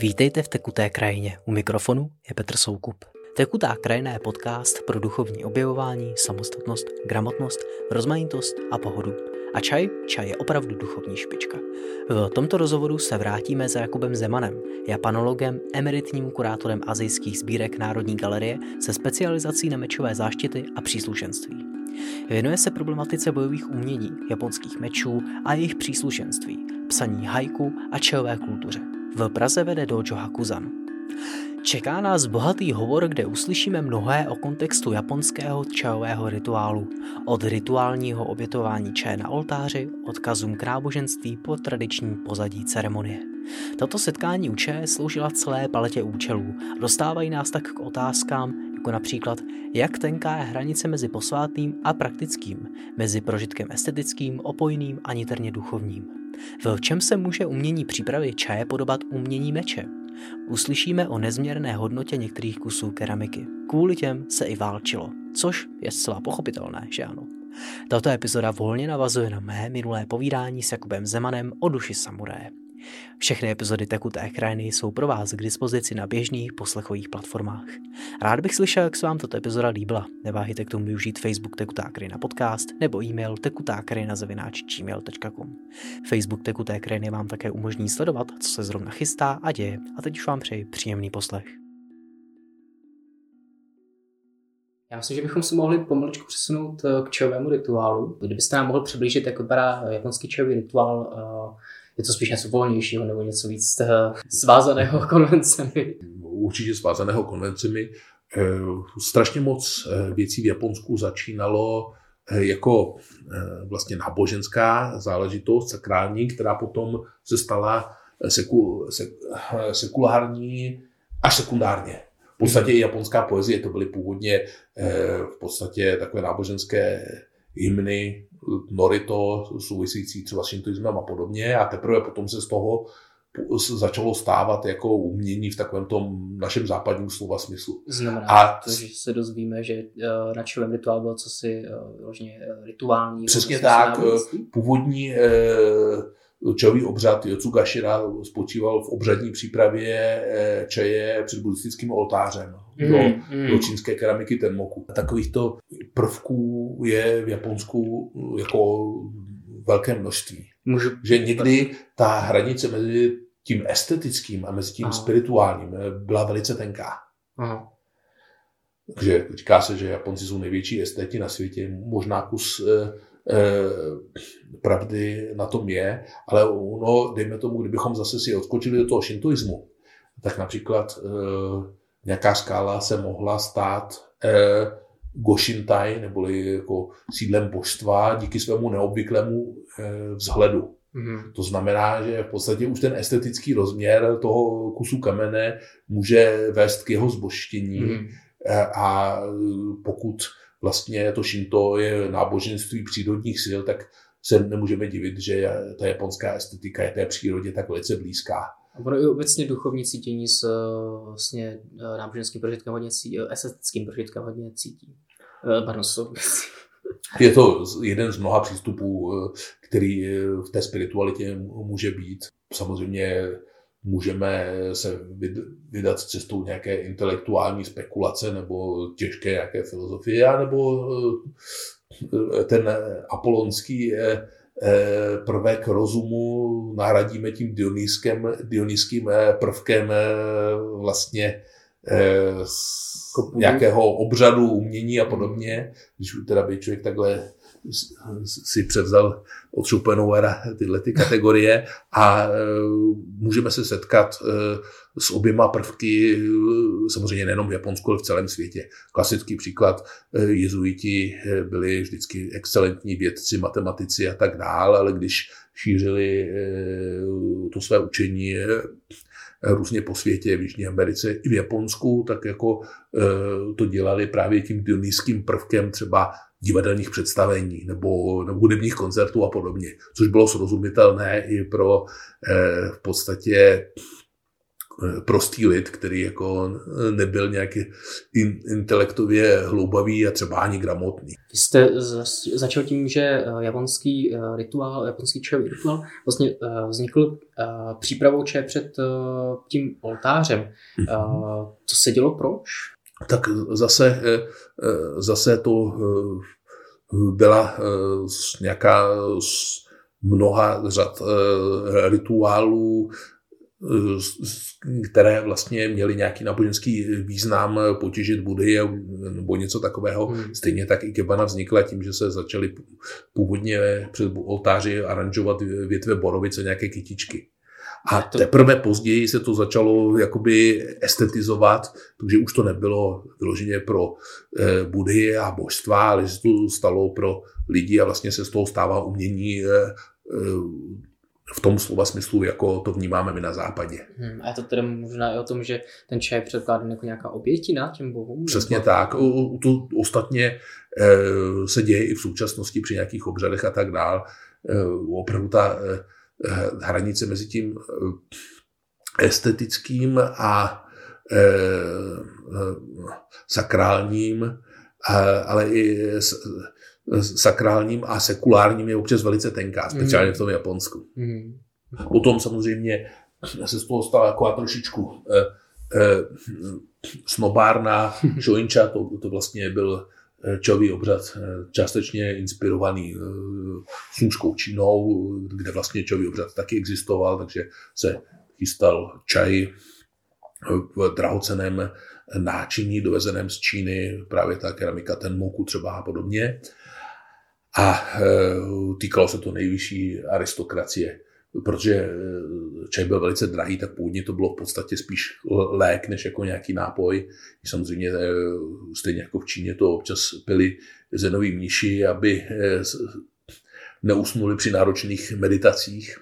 Vítejte v Tekuté krajině. U mikrofonu je Petr Soukup. Tekutá krajina je podcast pro duchovní objevování, samostatnost, gramotnost, rozmanitost a pohodu. A čaj je opravdu duchovní špička. V tomto rozhovoru se vrátíme za Jakubem Zemanem, japanologem, emeritním kurátorem asijských sbírek Národní galerie se specializací na mečové záštity a příslušenství. Věnuje se problematice bojových umění, japonských mečů a jejich příslušenství, psaní haiku a čajové kultuře. V Praze vede dojo Hakuzan. Čeká nás bohatý hovor, kde uslyšíme mnohé o kontextu japonského čajového rituálu. Od rituálního obětování čaje na oltáři, odkazům k náboženství po tradiční pozadí ceremonie. Tato setkání u čaje sloužila celé paletě účelů. Dostávají nás tak k otázkám, jako například, jak tenká je hranice mezi posvátným a praktickým, mezi prožitkem estetickým, opojným a niterně duchovním. V čem se může umění přípravy čaje podobat umění meče? Uslyšíme o nezměrné hodnotě některých kusů keramiky. Kvůli těm se i válčilo, což je zcela pochopitelné, že ano. Tato epizoda volně navazuje na mé minulé povídání s Jakubem Zemanem o duši samuraje. Všechny epizody Tekuté krajiny jsou pro vás k dispozici na běžných poslechových platformách. Rád bych slyšel, jak se vám tato epizoda líbila. Neváhejte k tomu využít Facebook Tekutá krajina podcast nebo e-mail tekutakrajina@gmail.com. Facebook Tekuté krajiny vám také umožní sledovat, co se zrovna chystá a děje. A teď už vám přeji příjemný poslech. Já myslím, že bychom se mohli pomaličku přesunout k čajovému rituálu. Kdybyste nám mohl přiblížit, jak vypadá japonský čajový rituál, je to spíš něco volnějšího nebo něco víc svázaného konvencemi? Určitě svázaného konvencemi. Strašně moc věcí v Japonsku začínalo jako vlastně náboženská záležitost, sakrální, která potom se stala sekulární až sekundárně. V podstatě i japonská poezie, to byly původně v podstatě takové náboženské hymny, norito, související třeba s šintoismem a podobně, a teprve potom se z toho začalo stávat jako umění v takovém tom našem západním slova smyslu. Znamená to, že se dozvíme, že na čajovém rituálu bylo cosi vyloženě rituální. Přesně tak, původní čajový obřad Yotsugashira spočíval v obřadní přípravě čaje před buddhistickým oltářem do čínské keramiky tenmoku. Takovýchto prvků je v Japonsku jako velké množství. Že někdy ta hranice mezi tím estetickým a mezi tím spirituálním byla velice tenká. Aha. Takže říká se, že Japonci jsou největší esteti na světě. Možná kus pravdy na tom je, ale ono, dejme tomu, kdybychom zase si odskočili do toho šintoismu, tak například nějaká skála se mohla stát Goshintai, neboli jako sídlem božstva díky svému neobvyklému vzhledu. To znamená, že v podstatě už ten estetický rozměr toho kusu kamene může vést k jeho zbožštění a pokud vlastně to šinto je náboženství přírodních sil, tak se nemůžeme divit, že ta japonská estetika je té přírodě tak velice blízká. A ono i obecně duchovní cítění s vlastně náboženským prožitkem hodně estetickým prožitkem hodně cítí. Je to jeden z mnoha přístupů, který v té spiritualitě může být. Samozřejmě můžeme se vydat cestou nějaké intelektuální spekulace nebo těžké nějaké filozofie, nebo ten apolonský prvek rozumu nahradíme tím dionýským prvkem vlastně nějakého obřadu, umění a podobně. Když teda by člověk takhle si převzal od Schopenhauera tyhle ty kategorie a můžeme se setkat s oběma prvky, samozřejmě nejenom v Japonsku, ale v celém světě. Klasický příklad, jezuiti byli vždycky excelentní vědci, matematici a tak dál, ale když šířili to své učení různě po světě, v Jižní Americe i v Japonsku, tak jako to dělali právě tím dionýským prvkem třeba divadelních představení nebo hudebních koncertů a podobně, což bylo srozumitelné i pro v podstatě prostý lid, který jako nebyl nějaký intelektově hloubavý a třeba ani gramotný. Vy jste začal tím, že japonský čajový rituál vlastně vznikl přípravou čaje před tím oltářem. Co se dělo, proč? Tak zase to byla nějaká z mnoha řad rituálů, které vlastně měly nějaký náboženský význam, potěžit Budhy nebo něco takového. Stejně tak i kebana vznikla tím, že se začaly původně před oltáři aranžovat větve borovice, nějaké kytičky. A teprve později se to začalo jakoby estetizovat, takže už to nebylo vyloženě pro Budhy a božstva, ale se to stalo pro lidi a vlastně se z toho stává umění v tom slova smyslu, jako to vnímáme my na západě. A je to tedy možná i o tom, že ten čaj je předkládán jako nějaká obětina těm bohům? Přesně tak. To ostatně se děje i v současnosti při nějakých obřadech a tak dál. Opravdu ta hranice mezi tím estetickým a sakrálním, ale i sakrálním a sekulárním je občas velice tenká, speciálně v tom Japonsku. Potom samozřejmě se z toho stala taková trošičku snobárna shoincha, to vlastně byl čajový obřad částečně inspirovaný Čínskou Čínou, kde vlastně čajový obřad taky existoval, takže se chystal čaj v drahocenném náčiní dovezeném z Číny, právě ta keramika tenmoku třeba a podobně. A týkalo se to nejvyšší aristokracie, protože čaj byl velice drahý, tak původně to bylo v podstatě spíš lék, než jako nějaký nápoj. Samozřejmě stejně jako v Číně to občas pili zenoví mniši, aby neusnuli při náročných meditacích.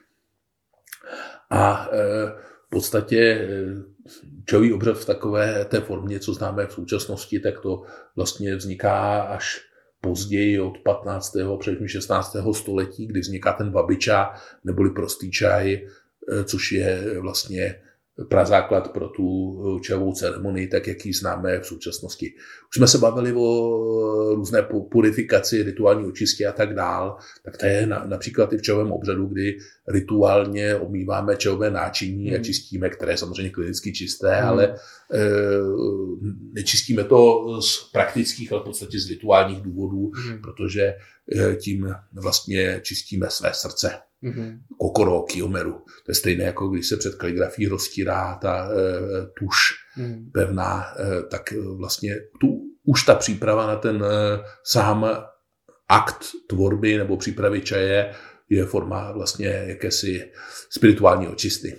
A v podstatě čajový obřad v takové té formě, co známe v současnosti, tak to vlastně vzniká až později od 15. především 16. století, kdy vzniká ten wabiča, neboli prostý čaj, což je vlastně prazáklad pro tu čajovou ceremonii, tak jak ji známe v současnosti. Už jsme se bavili o různé purifikaci, rituální očistě a tak dál, tak to je například i v čajovém obřadu, kdy rituálně omýváme čajové náčiní a čistíme, které je samozřejmě klinicky čisté, ale nečistíme to z praktických, ale v podstatě z rituálních důvodů, protože tím vlastně čistíme své srdce. Kokoro, kiyomeru. To je stejné, jako když se před kaligrafií roztírá ta tuš pevná, tak vlastně už ta příprava na ten sám akt tvorby nebo přípravy čaje je forma vlastně jakési spirituální očisty.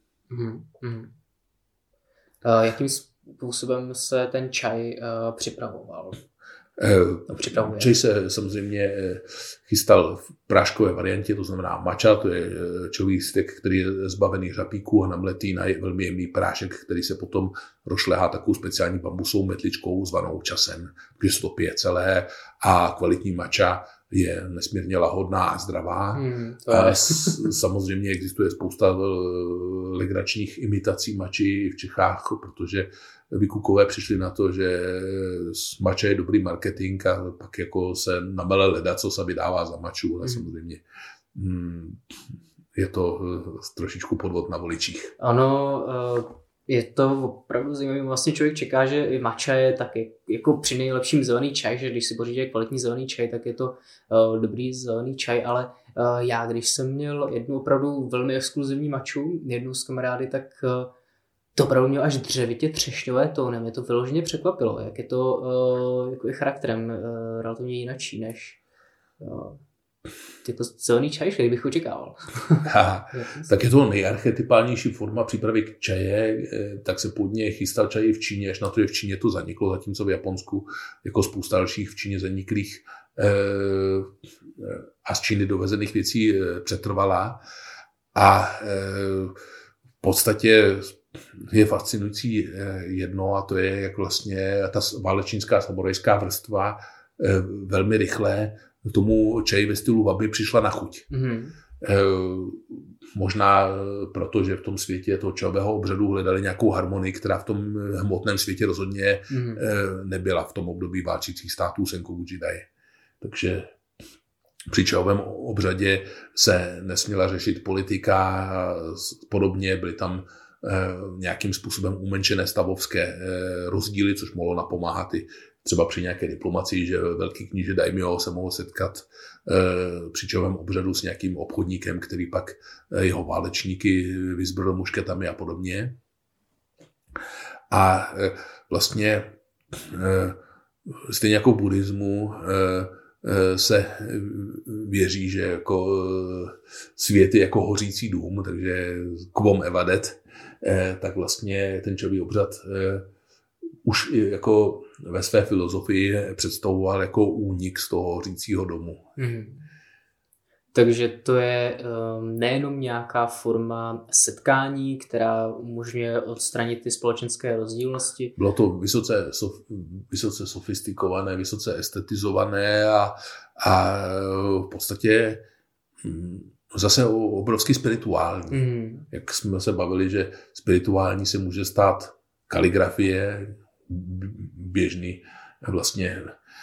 Jakým způsobem se ten čaj připravoval? Čaj se samozřejmě chystal v práškové variantě, to znamená matcha, to je čajový stek, který je zbavený hřapíků a namletý na velmi jemný prášek, který se potom rozšlehá takovou speciální bambusovou metličkou zvanou časem, protože se to pije celé a kvalitní matcha je nesmírně lahodná a zdravá. Samozřejmě existuje spousta legračních imitací matchy v Čechách, protože Vikukové přišli na to, že matcha je dobrý marketing a pak jako se namele ledacos a vydává za matchu, ale samozřejmě je to trošičku podvod na voličích. Ano, je to opravdu zajímavé. Vlastně člověk čeká, že matcha je taky jako při nejlepším zelený čaj, že když si pořídí kvalitní zelený čaj, tak je to dobrý zelený čaj, ale já, když jsem měl jednu opravdu velmi exkluzivní matchu, jednu z kamarády, tak to opravdu mělo až dřevitě třešňové tóny. Mě to vyloženě překvapilo, jak je to jako i charakterem relativně jinačí než jako zelený čaj, který bych očekával. Tak je to nejarchetypálnější forma přípravy čaje, tak se původně chystal čaj v Číně, až na to, že v Číně to zaniklo, zatímco v Japonsku jako spousta dalších v Číně zaniklých a z Číny dovezených věcí přetrvala. A v podstatě je fascinující jedno, a to je, jak vlastně ta válečnická samurajská vrstva velmi rychle k tomu čaji ve stylu wabi přišla na chuť. Možná proto, že v tom světě toho čajového obřadu hledali nějakou harmonii, která v tom hmotném světě rozhodně nebyla v tom období válčících států Senkoku Jidai. Takže při čajovém obřadě se nesměla řešit politika a podobně, byly tam nějakým způsobem umenšené stavovské rozdíly, což mohlo napomáhat i třeba při nějaké diplomacii, že velký kníže daimyo se mohl setkat při čajovém obřadu s nějakým obchodníkem, který pak jeho válečníky vyzbrojil mušketami a podobně. A vlastně stejně jako v buddhismu se věří, že jako svět je jako hořící dům, takže quom evadet, tak vlastně ten čajový obřad už jako ve své filozofii představoval jako únik z toho hořícího domu. Takže to je nejenom nějaká forma setkání, která umožňuje odstranit ty společenské rozdílnosti. Bylo to vysoce sofistikované, vysoce estetizované a v podstatě zase obrovsky spirituální. Jak jsme se bavili, že spirituální se může stát kaligrafie, běžný vlastně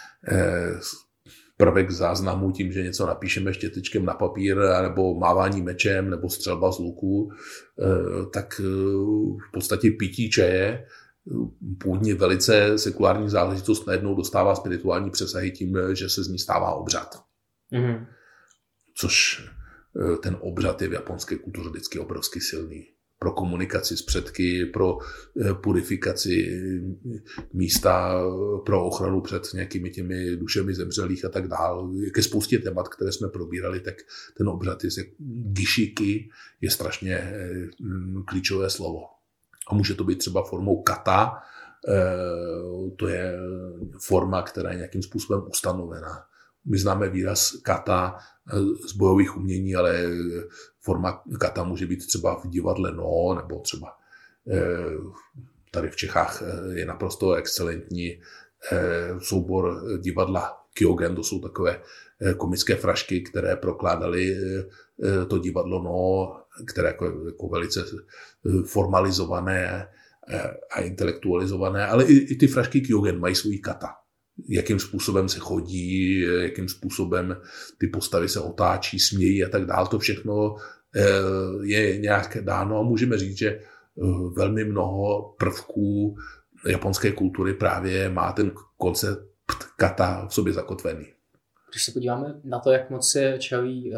prvek záznamu tím, že něco napíšeme štětečkem na papír, nebo mávání mečem, nebo střelba z luku, tak v podstatě pití čaje, původně velice sekulární záležitost, najednou dostává spirituální přesahy tím, že se z ní stává obřad. Což ten obřad je v japonské kultuře vždycky obrovsky silný. Pro komunikaci s předky, pro purifikaci místa, pro ochranu před nějakými těmi dušemi zemřelých a tak dál. Ke spoustě témat, které jsme probírali, tak ten obřad je gishiki je strašně klíčové slovo. A může to být třeba formou kata, to je forma, která je nějakým způsobem ustanovená. My známe výraz kata z bojových umění, ale forma kata může být třeba v divadle No, nebo třeba tady v Čechách je naprosto excelentní soubor divadla Kyogen, to jsou takové komické frašky, které prokládaly to divadlo No, které jako velice formalizované a intelektualizované, ale i ty frašky Kyogen mají svůj kata. Jakým způsobem se chodí, jakým způsobem ty postavy se otáčí, smějí a tak dál. To všechno je nějak dáno a můžeme říct, že velmi mnoho prvků japonské kultury právě má ten koncept kata v sobě zakotvený. Když se podíváme na to, jak moc je čajový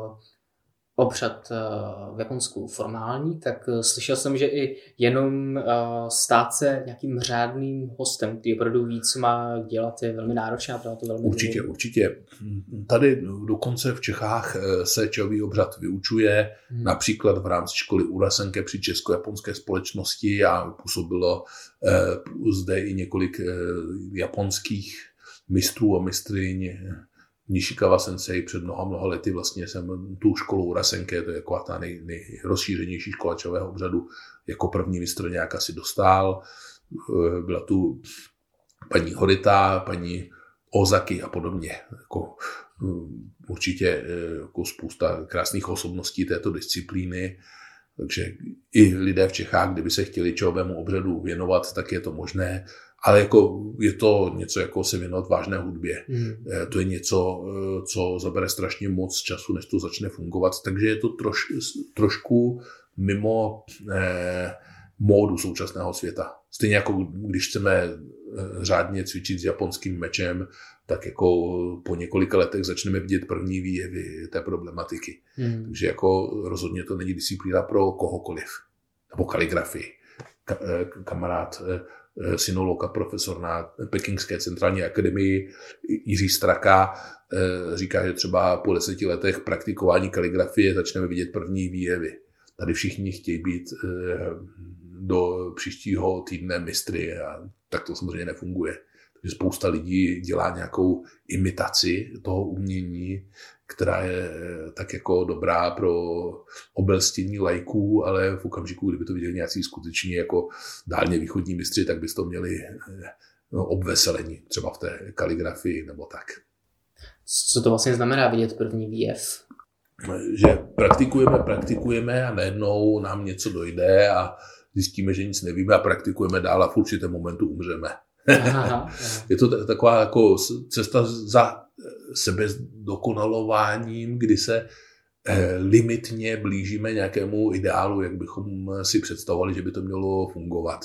obřad v Japonsku formální, tak slyšel jsem, že i jenom stát se nějakým řádným hostem, který opravdu ví, co má dělat, je velmi náročné a to velmi Určitě. Tady dokonce v Čechách se čajový obřad vyučuje, například v rámci školy Urasenke při česko-japonské společnosti a působilo zde i několik japonských mistrů a mistryň. Nishikawa sensei před mnoha lety vlastně jsem tu školu Urasenke, to je jako ta nejrozšířenější škola čajového obřadu, jako první mistr nějak asi dostal. Byla tu paní Horita, paní Ozaki a podobně. Jako, určitě jako spousta krásných osobností této disciplíny. Takže i lidé v Čechách, kdyby se chtěli čajovému obřadu věnovat, tak je to možné. Ale jako je to něco jako se věnovat vážné hudbě. To je něco, co zabere strašně moc času, než to začne fungovat. Takže je to trošku mimo módu současného světa. Stejně jako když chceme řádně cvičit s japonským mečem, tak jako po několika letech začneme vidět první výjevy té problematiky. Takže jako rozhodně to není disciplína pro kohokoliv. Nebo kaligrafii. Kamarád sinologa, profesor na Pekingské centrální akademii Jiří Straka říká, že třeba po 10 letech praktikování kaligrafie začneme vidět první výjevy. Tady všichni chtějí být do příštího týdne mistry a tak to samozřejmě nefunguje. Takže spousta lidí dělá nějakou imitaci toho umění, která je tak jako dobrá pro obelstění laiků, ale v okamžiku, kdyby to viděli nějací skuteční jako dálně východní mistři, tak by to měli obveselení, třeba v té kaligrafii nebo tak. Co to vlastně znamená vidět první výjev? že praktikujeme a najednou nám něco dojde a zjistíme, že nic nevíme a praktikujeme dál a v určitém momentu umřeme. Aha. Je to taková jako cesta za sebezdokonalováním, kdy se limitně blížíme nějakému ideálu, jak bychom si představovali, že by to mělo fungovat.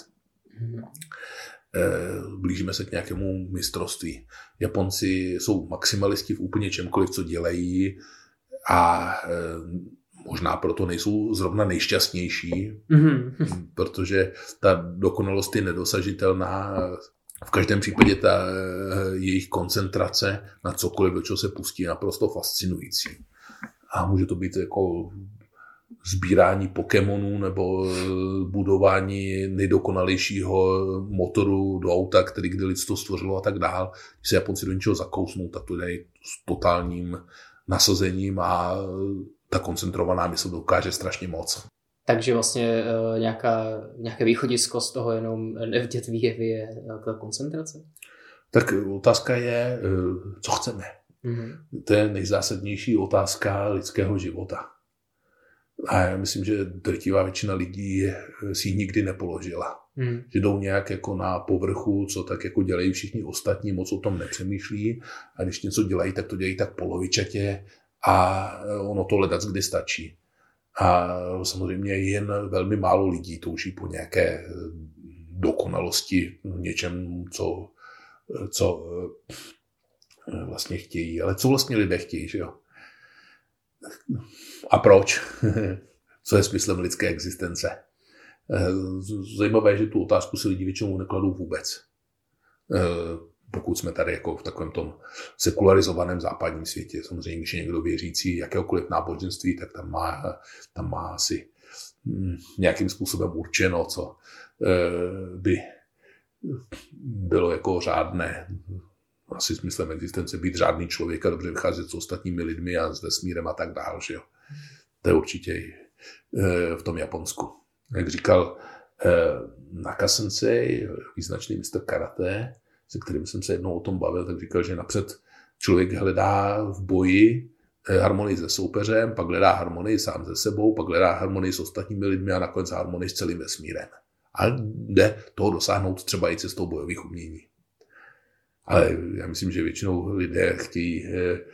Blížíme se k nějakému mistrovství. Japonci jsou maximalisti v úplně čemkoliv, co dělají a možná proto nejsou zrovna nejšťastnější, protože ta dokonalost je nedosažitelná. V každém případě ta jejich koncentrace na cokoliv, do čeho se pustí, je naprosto fascinující. A může to být jako sbírání Pokémonů nebo budování nejdokonalejšího motoru do auta, který kdy lidstvo stvořilo a tak dál. Když se Japonci do něčeho zakousnou, tak to je s totálním nasazením a ta koncentrovaná mysl dokáže strašně moc. Takže vlastně nějaké východisko z toho jenom nevidět výjevy je ta koncentrace? Tak otázka je, co chceme. To je nejzásadnější otázka lidského života. A já myslím, že drtivá většina lidí si ji nikdy nepoložila. Že jdou nějak jako na povrchu, co tak jako dělají všichni ostatní, moc o tom nepřemýšlí a když něco dělají, tak to dělají tak polovičatě a ono to ledac kdy stačí. A samozřejmě jen velmi málo lidí touží po nějaké dokonalosti v něčem, co vlastně chtějí. Ale co vlastně lidé chtějí, že jo? A proč? Co je smyslem lidské existence? Zajímavé je, že tu otázku si lidi většinou nekladou vůbec. Pokud jsme tady jako v takovém tom sekularizovaném západním světě. Samozřejmě, když je někdo věřící jakéhokoliv náboženství, tak tam má asi nějakým způsobem určeno, co by bylo jako řádné. Asi smyslem existence být řádný člověk a dobře vycházet s ostatními lidmi a s vesmírem a tak dál. Že jo? To je určitě i v tom Japonsku. Jak říkal Naka-sensei, význačný mistr karate, se kterým jsem se jednou o tom bavil, tak říkal, že napřed člověk hledá v boji harmonii se soupeřem, pak hledá harmonii sám se sebou, pak hledá harmonii s ostatními lidmi a nakonec harmonii s celým vesmírem. A jde toho dosáhnout třeba i cestou bojových umění. Ale já myslím, že většinou lidé chtějí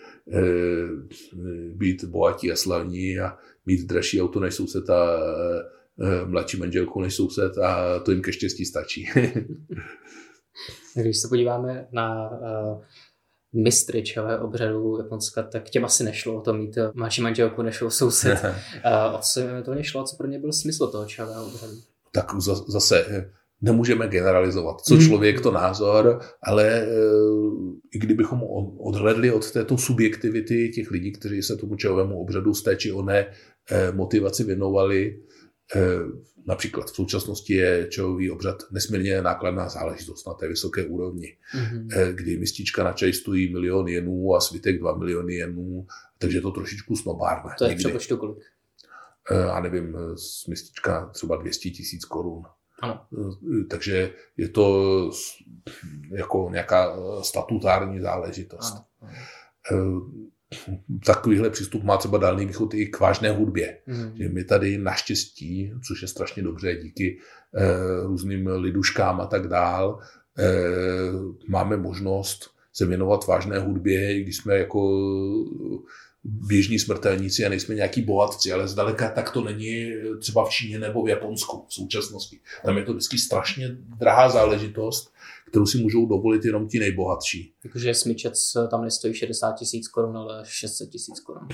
být bohatí a slavní a mít dražší auto než soused a mladší manželku než soused a to jim ke štěstí stačí. Když se podíváme na mistry čajového obřadu Japonska, tak těm asi nešlo o to mít mladší manželku než soused. O co to nešlo, co pro ně byl smysl toho čajového obřadu? Tak zase nemůžeme generalizovat. Co člověk, to názor, ale i kdybychom odhledli od této subjektivity těch lidí, kteří se tomu čajovému obřadu z té či oné motivaci věnovali, například v současnosti je čajový obřad nesmírně nákladná záležitost na té vysoké úrovni, kdy mistička na čaj stojí 1 000 000 jenů a svitek 2 miliony jenů, takže je to trošičku snobárné. To je přepočtu kolik? A nevím, mistička třeba 200 000 korun. Ano. Takže je to jako nějaká statutární záležitost. Ano. Takovýhle přístup má třeba Dálný východ i k vážné hudbě. Že my tady naštěstí, což je strašně dobře díky různým liduškám a tak dál, máme možnost se věnovat vážné hudbě, když jsme jako běžní smrtelníci a nejsme nějaký bohatci, ale zdaleka tak to není třeba v Číně nebo v Japonsku v současnosti. Tam je to vždycky strašně drahá záležitost, kterou si můžou dovolit jenom ti nejbohatší. Jakože smyčec tam nestojí 60 000 korun, ale 600 000 korun.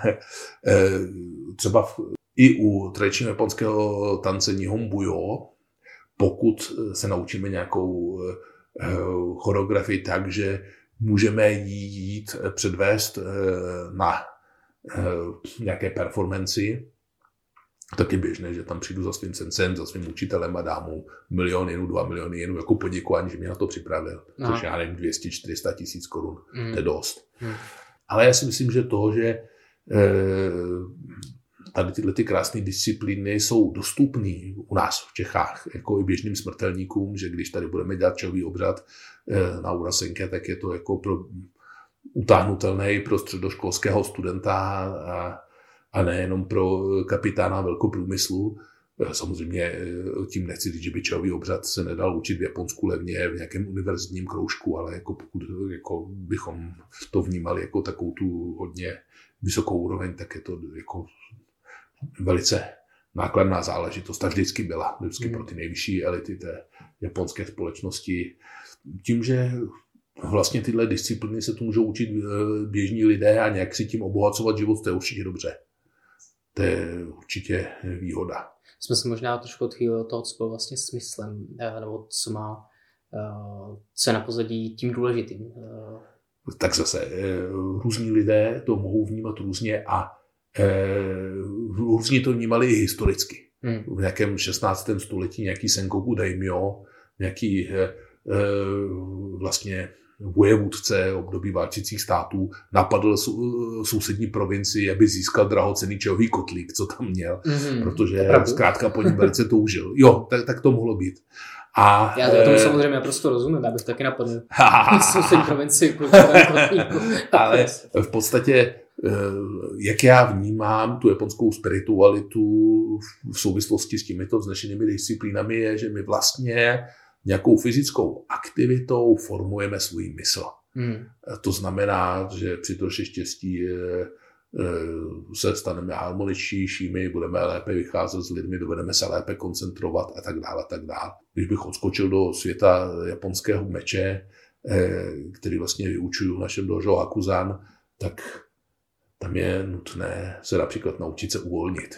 Třeba i u tradičního japonského tance Nihon Bujo, pokud se naučíme nějakou choreografii tak, že můžeme jít předvést na nějaké performanci, tak je běžné, že tam přijdu za svým sencem, za svým učitelem a dám mu 1 000 000 jenů, 2 miliony jenů jako poděkování, že mě na to připravil. Což já nevím, 200-400 000 korun. To je dost. Ale já si myslím, že to, že tady tyhle ty krásné disciplíny jsou dostupné u nás v Čechách, jako i běžným smrtelníkům, že když tady budeme dělat čajový obřad na Urasenke, tak je to jako utáhnutelné pro středoškolského studenta a nejenom pro kapitána velkoprůmyslu. Samozřejmě tím nechci říct, že by čajový obřad se nedal učit v Japonsku levně v nějakém univerzitním kroužku, ale jako pokud jako bychom to vnímali jako takovou tu hodně vysokou úroveň, tak je to jako velice nákladná záležitost. A vždycky byla, pro ty nejvyšší elity té japonské společnosti. Tím, že vlastně tyhle disciplíny se tu můžou učit běžní lidé a nějak si tím obohacovat život, to je určitě dobře. To je určitě výhoda. Jsme se možná trošku odchýlili od toho, co bylo vlastně smyslem, nebo co je na pozadí tím důležitým. Tak zase různí lidé to mohou vnímat různě a různě to vnímali i historicky. V nějakém 16. století nějaký Sengoku daimyo, nějaký vlastně vojevůdce období válčících států napadl sousední provincii, aby získal drahocenný čajový kotlík, co tam měl, protože zkrátka po něm velice toužil. Jo, tak to mohlo být. A, já tomu samozřejmě naprosto rozumím, já bych taky napadl sousední provincii. Ale v podstatě, jak já vnímám tu japonskou spiritualitu v souvislosti s těmito vznešenými disciplínami, je, že my vlastně nějakou fyzickou aktivitou formujeme svůj mysl. To znamená, že při troši štěstí se staneme harmoničtějšími, budeme lépe vycházet s lidmi, dovedeme se lépe koncentrovat a tak dále, tak dále. Když bych odskočil do světa japonského meče, který vlastně vyučuju v našem dojo Hakuzan, tak tam je nutné se například naučit se uvolnit.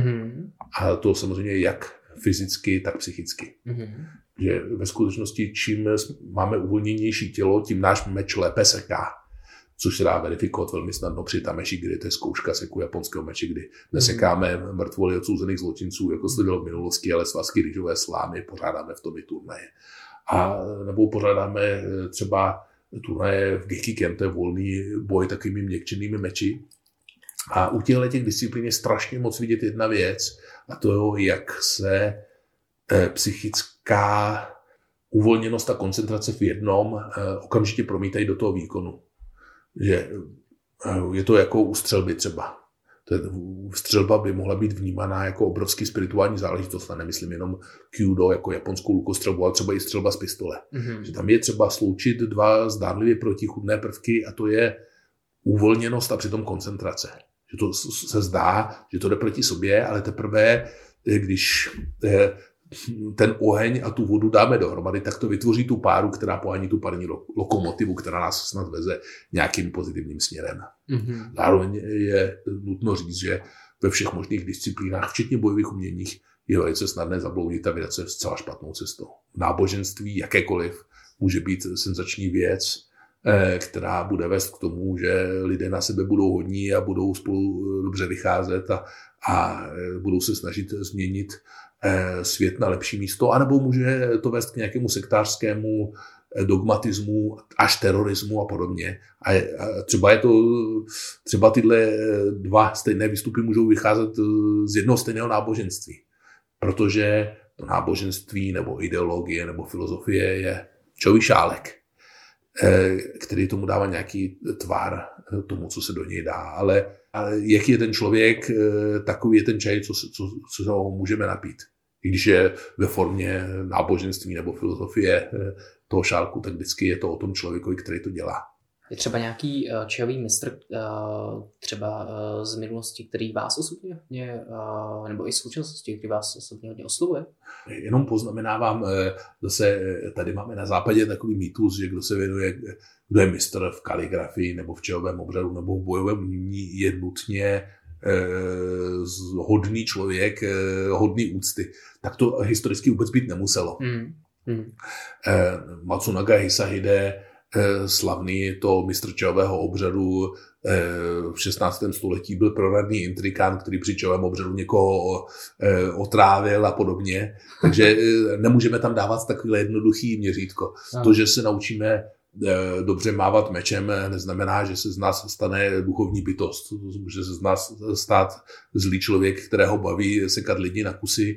A to samozřejmě jak fyzicky, tak psychicky. Že ve skutečnosti, čím máme uvolněnější tělo, tím náš meč lépe seká. Což se dá verifikovat velmi snadno při tameši, kdy to je zkouška seku japonského meče, kdy nesekáme mrtvoly odsouzených zločinců, jako se bylo v minulosti, ale svazky rýžové slámy, pořádáme v tom i turnaje. A nebo pořádáme třeba turnaje v Gekiken, to je volný boj takovými měkčenými meči. A u těch disciplín je strašně moc vidět jedna věc, a to je, jak se psychická uvolněnost a koncentrace v jednom okamžitě promítají do toho výkonu. Že je to jako u střelby třeba. Střelba by mohla být vnímaná jako obrovský spirituální záležitost, a nemyslím jenom kyudo, jako japonskou lukostřelbu, ale třeba i střelba z pistole. Že tam je třeba sloučit dva zdánlivě protichůdné prvky, a to je uvolněnost a přitom koncentrace. Že to se zdá, že to jde proti sobě, ale teprve, když ten oheň a tu vodu dáme dohromady, tak to vytvoří tu páru, která pohání tu parní lokomotivu, která nás snad veze nějakým pozitivním směrem. Zároveň je nutno říct, že ve všech možných disciplínách, včetně bojových uměních, je velice snadné zabloudit a vydat se zcela špatnou cestou. Náboženství, jakékoliv, může být senzační věc, která bude vést k tomu, že lidé na sebe budou hodní a budou spolu dobře vycházet a budou se snažit změnit svět na lepší místo, anebo může to vést k nějakému sektářskému dogmatismu až terorismu a podobně. A třeba tyhle dva stejné výstupy můžou vycházet z jednoho stejného náboženství, protože to náboženství nebo ideologie nebo filozofie je čajový šálek, který tomu dává nějaký tvar tomu, co se do něj dá. Ale jaký je ten člověk, takový je ten čaj, co ho můžeme napít. I když je ve formě náboženství nebo filozofie toho šálku, tak vždycky je to o tom člověkovi, který to dělá. Je třeba nějaký čajový mistr třeba z minulosti, který vás osobně hodně, nebo i z současnosti, který vás osobně hodně oslovuje? Jenom poznamenávám, zase tady máme na západě takový mýtus, že kdo se věnuje, kdo je mistr v kaligrafii nebo v čajovém obřadu nebo v bojovém umění, je nutně hodný člověk, hodný úcty. Tak to historicky vůbec být nemuselo. Matsunaga Hisahide, slavný to mistr čajového obřadu v 16. století, byl proradný intrikán, který při čajovém obřadu někoho otrávil a podobně. Takže nemůžeme tam dávat takový jednoduchý měřítko. To, že se naučíme dobře mávat mečem, neznamená, že se z nás stane duchovní bytost. Může se z nás stát zlý člověk, kterého baví sekat lidi na kusy,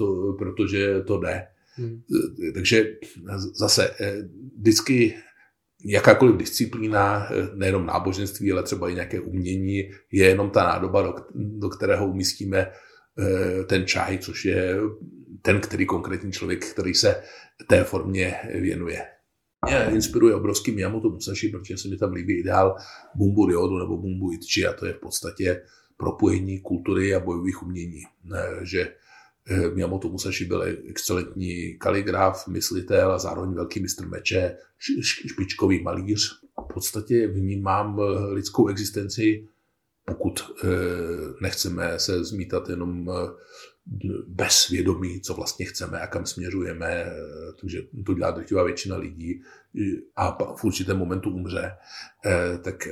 protože to jde. Takže zase vždycky jakákoliv disciplína, nejenom náboženství, ale třeba i nějaké umění, je jenom ta nádoba, do kterého umístíme ten čaj, což je ten, který konkrétní člověk, který se té formě věnuje. Mě inspiruje obrovský Miyamoto Musashi, protože se mi tam líbí ideál Bunbu Ryodo nebo Bunbu Ichi, a to je v podstatě propojení kultury a bojových umění. Že Miyamoto Musashi byl excelentní kaligraf, myslitel a zároveň velký mistr meče, špičkový malíř. V podstatě vnímám lidskou existenci, pokud nechceme se zmítat jenom bez vědomí, co vlastně chceme a kam směřujeme, takže to dělá drtivá většina lidí a v určitém momentu umře, tak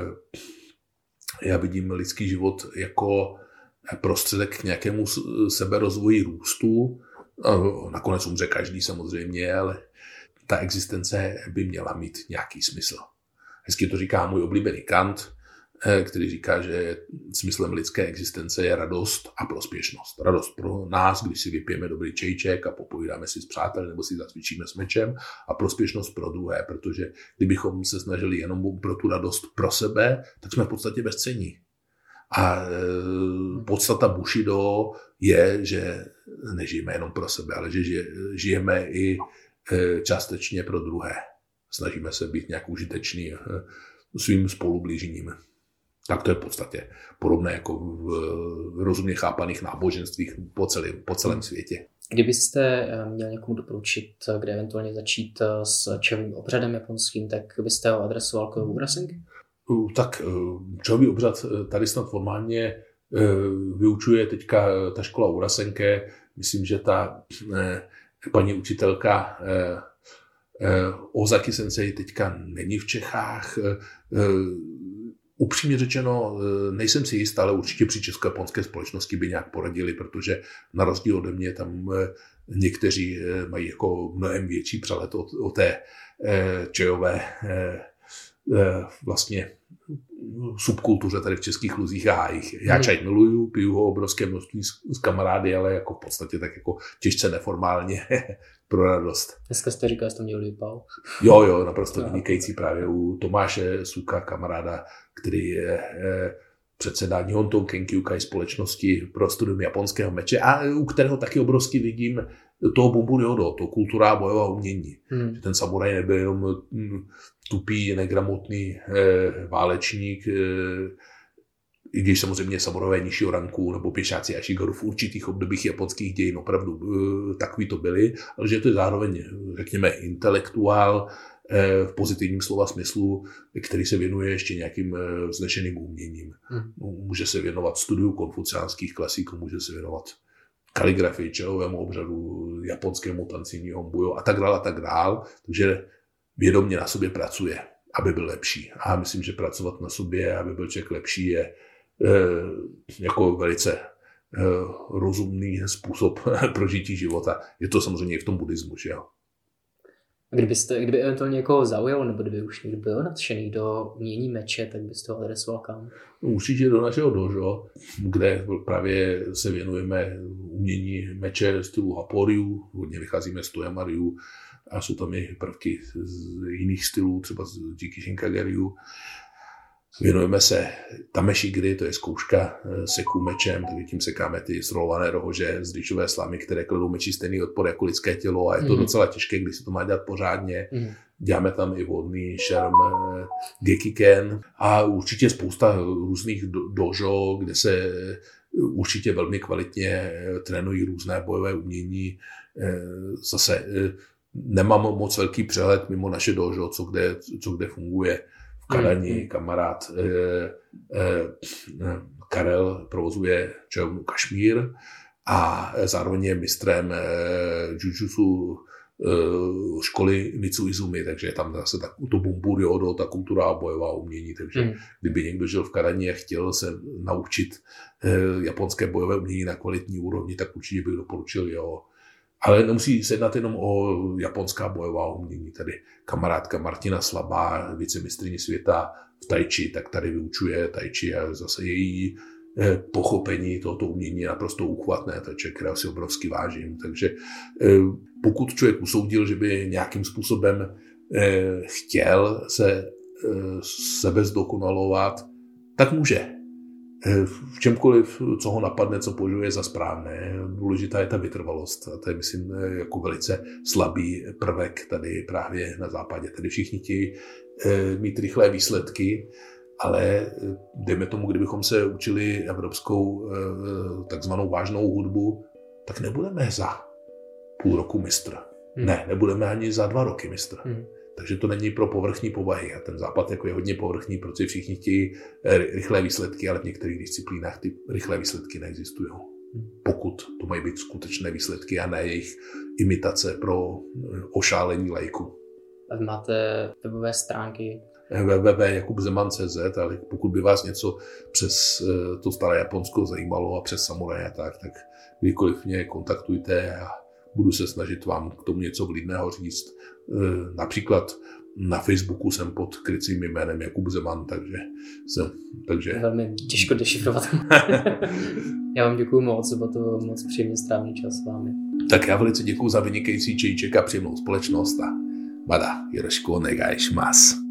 já vidím lidský život jako prostředek k nějakému seberozvoji růstu. Nakonec umře každý samozřejmě, ale ta existence by měla mít nějaký smysl. Hezky to říká můj oblíbený Kant, který říká, že smyslem lidské existence je radost a prospěšnost. Radost pro nás, když si vypijeme dobrý čejček a popovídáme si s přáteli nebo si zacvičíme s mečem, a prospěšnost pro druhé, protože kdybychom se snažili jenom pro tu radost pro sebe, tak jsme v podstatě bezcenní. A podstata Bushido je, že nežijeme jenom pro sebe, ale že žijeme i částečně pro druhé. Snažíme se být nějak užitečný svým spolublížením. Tak to je v podstatě podobné jako v rozumně chápaných náboženstvích po celém světě. Kdybyste měl někomu doporučit, kde eventuálně začít s čajovým obřadem japonským, tak byste ho adresoval k Urasenke? Tak čajový obřad tady snad formálně vyučuje teďka ta škola Urasenke. Myslím, že ta paní učitelka Ozaki sensei teďka není v Čechách. Upřímně řečeno, nejsem si jist, ale určitě při česko-japonské společnosti by nějak poradili, protože na rozdíl ode mě tam někteří mají jako mnohem větší přehled o té čajové vlastně subkultuře tady v Českých Luzích a hájích. Já čaj miluju, piju ho obrovské množství s kamarády, ale jako v podstatě tak jako těžce neformálně pro radost. Dneska jste říkal, že to měl lípal. Jo, naprosto vynikající právě u Tomáše Suka, kamaráda, který je předseda Nihonton Kenkyukai společnosti pro studium japonského meče a u kterého taky obrovsky vidím toho Bunbu Ryodo, to kultura a bojová umění. Že ten samuraj nebyl jenom tupý, negramotný válečník, i když samozřejmě samurajové nižšího ranku nebo pěšáci Ashigaru v určitých obdobích japonských dějin opravdu takový to byli, ale že to je zároveň, řekněme, intelektuál v pozitivním slova smyslu, který se věnuje ještě nějakým vznešeným uměním. Může se věnovat studiu konfuciánských klasiků, může se věnovat kaligrafii, čajovému obřadu, japonskému tanci Nihonbujo a tak dál. Takže vědomě na sobě pracuje, aby byl lepší. A myslím, že pracovat na sobě, aby byl člověk lepší, je jako velice rozumný způsob prožití života. Je to samozřejmě i v tom buddhismu, že jo. Kdyby eventuálně někoho zaujal, nebo kdyby už někdo byl nadšený do umění meče, tak byste ho adresoval kam? Určitě do našeho dojo, kde právě se věnujeme umění meče stylu Haporyu, hodně vycházíme z Toyama Ryu a jsou tam i prvky z jiných stylů, třeba z Jikishin Kageryu. Věnujeme se tameshigiri, to je zkouška seku mečem, takže tím sekáme ty zrolované rohože z rýžové slamy, které kladou meči stejný odpor jako lidské tělo a je to docela těžké, když se to má dělat pořádně. Děláme tam i vodný šerm, gekiken a určitě spousta různých dojo, kde se určitě velmi kvalitně trénují různé bojové umění. Zase nemám moc velký přehled mimo naše dojo, co kde funguje. V Kadani kamarád Karel provozuje čajovnu Kašmír a zároveň je mistrem jujutsu školy Mitsuizumi, takže je tam zase to Bunbu Ryodo, ta kultura a bojová umění, takže kdyby někdo žil v Kadani a chtěl se naučit japonské bojové umění na kvalitní úrovni, tak určitě bych doporučil jo. Ale nemusí se jednat jenom o japonská bojová umění. Tady kamarádka Martina Slabá, vicemistryně světa v tai chi, tak tady vyučuje tai chi a zase její pochopení tohoto umění je naprosto uchvatné. To je člověk, kterého si obrovsky vážím. Takže pokud člověk usoudil, že by nějakým způsobem chtěl se sebe zdokonalovat, tak může. V čemkoliv, co ho napadne, co považuje za správné. Důležitá je ta vytrvalost. A to je, myslím, jako velice slabý prvek tady právě na západě. Tady všichni chtějí mít rychlé výsledky, ale dejme tomu, kdybychom se učili evropskou takzvanou vážnou hudbu, tak nebudeme za půl roku mistr. Ne, nebudeme ani za 2 roky mistr. Takže to není pro povrchní povahy. A ten západ jako je hodně povrchní, protože všichni chtějí rychlé výsledky, ale v některých disciplínách ty rychlé výsledky neexistují. Pokud to mají být skutečné výsledky a ne jejich imitace pro ošálení laiku. A vy máte webové stránky? www.jakubzeman.cz, ale pokud by vás něco přes to staré Japonsko zajímalo a přes samuraje, tak kdykoliv mě kontaktujte a budu se snažit vám k tomu něco vlídného říct. Například na Facebooku jsem pod krycím jménem Jakub Zeman, takže... Velmi těžko dešifrovat. Já vám děkuju moc, bylo to moc příjemně strávený čas s vámi. Tak já velice děkuju za vynikající čajíček a příjemnou společnost a mada, yoroshiku onegai shimasu.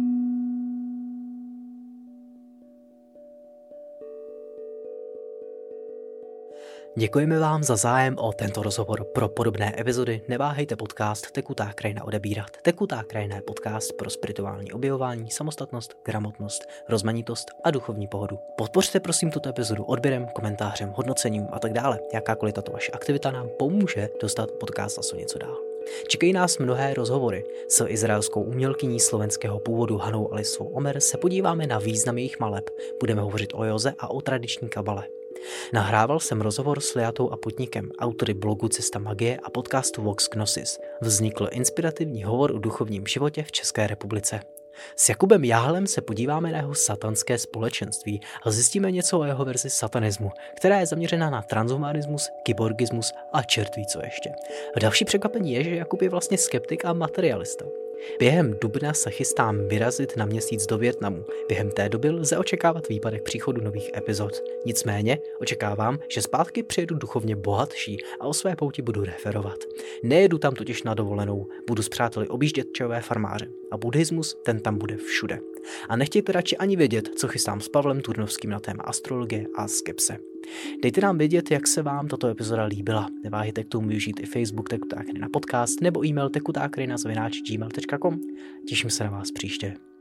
Děkujeme vám za zájem o tento rozhovor. Pro podobné epizody neváhejte podcast Tekutá krajina odebírat. Tekutá krajina je podcast pro spirituální objevování, samostatnost, gramotnost, rozmanitost a duchovní pohodu. Podpořte prosím tuto epizodu odběrem, komentářem, hodnocením a tak dále. Jakákoliv tato vaše aktivita nám pomůže dostat podcast o něco dál. Čekají nás mnohé rozhovory. S izraelskou umělkyní slovenského původu Hanou Alisou Omer se podíváme na význam jejich maleb. Budeme hovořit o józe a o tradiční kabale. Nahrával jsem rozhovor s Liatou a Putníkem, autory blogu Cesta magie a podcastu Vox Gnosis. Vznikl inspirativní hovor o duchovním životě v České republice. S Jakubem Jáhlem se podíváme na jeho satanské společenství a zjistíme něco o jeho verzi satanismu, která je zaměřena na transhumanismus, kyborgismus a čert ví co ještě. Další překvapení je, že Jakub je vlastně skeptik a materialista. Během dubna se chystám vyrazit na měsíc do Vietnamu. Během té doby lze očekávat výpadek příchodu nových epizod. Nicméně očekávám, že zpátky přijedu duchovně bohatší a o své pouti budu referovat. Nejedu tam totiž na dovolenou, budu s přáteli objíždět čajové farmáře. A buddhismus, ten tam bude všude. A nechtějte radši ani vědět, co chystám s Pavlem Turnovským na téma astrologie a skepse. Dejte nám vědět, jak se vám tato epizoda líbila. Neváhejte k tomu využít i Facebook Tekutá krajina podcast nebo e-mail tekutákrajina@gmail.com. Těším se na vás příště.